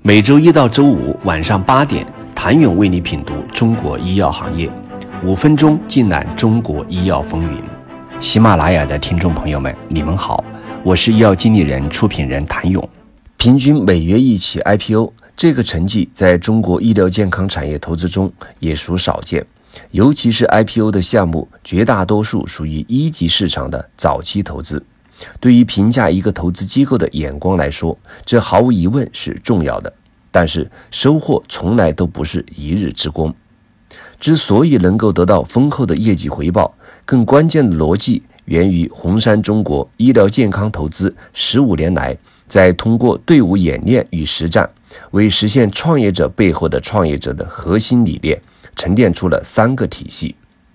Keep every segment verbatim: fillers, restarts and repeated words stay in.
每周一到周五晚上八点，谭勇为你品读中国医药行业，五分钟尽览中国医药风云。喜马拉雅的听众朋友们，你们好，我是医药经理人、出品人谭勇。平均每月一起 I P O， 这个成绩在中国医疗健康产业投资中也属少见，尤其是 I P O 的项目，绝大多数属于一级市场的早期投资。对于评价一个投资机构的眼光来说，这毫无疑问是重要的，但是收获从来都不是一日之功。之所以能够得到丰厚的业绩回报，更关键的逻辑源于红杉中国医疗健康投资十五年来，在通过队伍演练与实战，为实现创业者背后的创业者的核心理念，沉淀出了三个体系。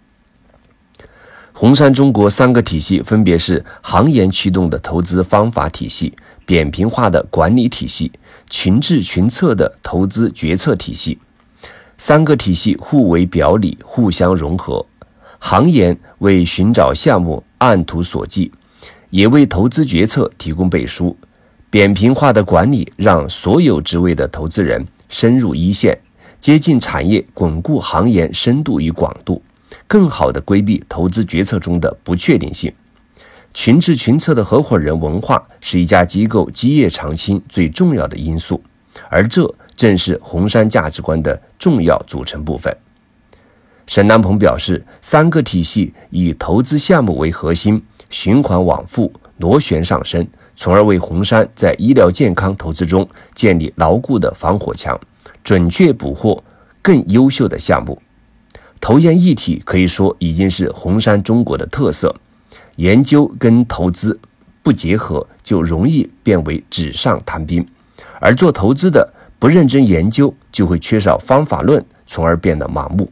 红杉中国三个体系分别是行研驱动的投资方法体系、扁平化的管理体系、群治群策的投资决策体系。三个体系互为表里，互相融合。行研为寻找项目按图索骥，也为投资决策提供背书。扁平化的管理让所有职位的投资人深入一线，接近产业，巩固行研深度与广度，更好地规避投资决策中的不确定性。群治群策的合伙人文化是一家机构基业长青最重要的因素，而这正是红杉价值观的重要组成部分。沈南鹏表示，三个体系以投资项目为核心，循环往复，螺旋上升，从而为红杉在医疗健康投资中建立牢固的防火墙，准确捕获更优秀的项目。投研一体可以说已经是红杉中国的特色，研究跟投资不结合，就容易变为纸上谈兵，而做投资的不认真研究，就会缺少方法论，从而变得盲目。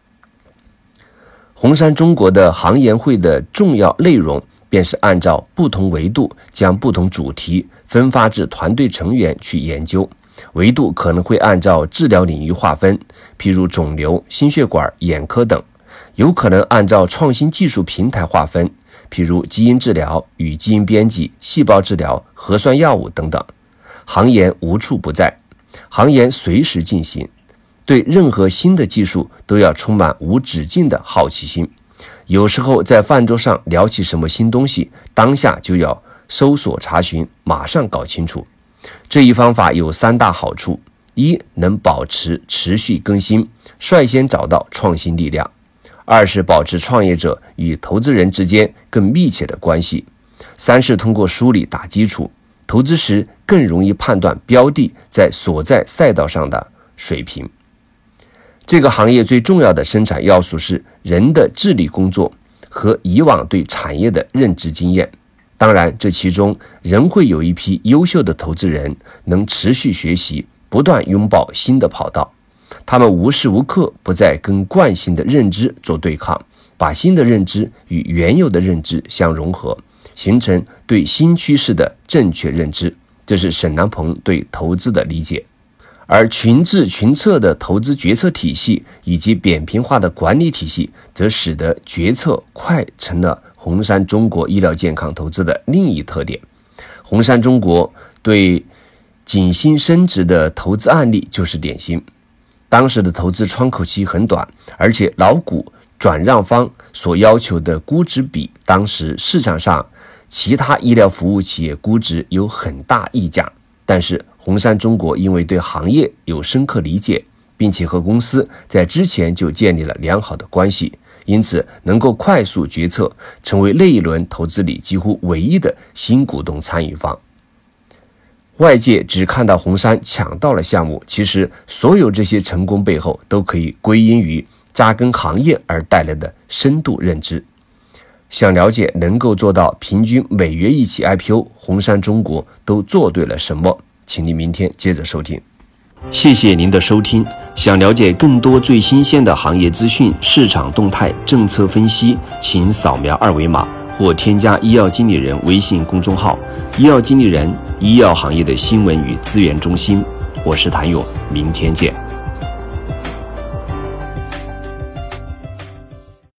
红杉中国的行研会的重要内容，便是按照不同维度将不同主题分发至团队成员去研究。维度可能会按照治疗领域划分，譬如肿瘤、心血管、眼科等；有可能按照创新技术平台划分，譬如基因治疗与基因编辑、细胞治疗、核酸药物等等。行研无处不在，行研随时进行，对任何新的技术都要充满无止境的好奇心。有时候在饭桌上聊起什么新东西，当下就要搜索查询，马上搞清楚。这一方法有三大好处：一，能保持持续更新，率先找到创新力量；二是保持创业者与投资人之间更密切的关系；三是通过梳理打基础，投资时更容易判断标的在所在赛道上的水平。这个行业最重要的生产要素是人的智力工作和以往对产业的认知经验。当然，这其中仍会有一批优秀的投资人，能持续学习，不断拥抱新的跑道。他们无时无刻不在跟惯性的认知做对抗，把新的认知与原有的认知相融合，形成对新趋势的正确认知。这是沈南鹏对投资的理解。而群治群策的投资决策体系以及扁平化的管理体系，则使得决策快成了红杉中国医疗健康投资的另一特点。红杉中国对景新生殖的投资案例就是典型。当时的投资窗口期很短，而且老股转让方所要求的估值比当时市场上其他医疗服务企业估值有很大溢价。但是红杉中国因为对行业有深刻理解，并且和公司在之前就建立了良好的关系，因此能够快速决策，成为那一轮投资里几乎唯一的新股东参与方。外界只看到红杉抢到了项目，其实所有这些成功背后都可以归因于扎根行业而带来的深度认知。想了解能够做到平均每月一起 I P O， 红杉中国都做对了什么？请你明天接着收听。谢谢您的收听。想了解更多最新鲜的行业资讯、市场动态、政策分析，请扫描二维码或添加医药经理人微信公众号“医药经理人”，医药行业的新闻与资源中心。我是谭勇，明天见。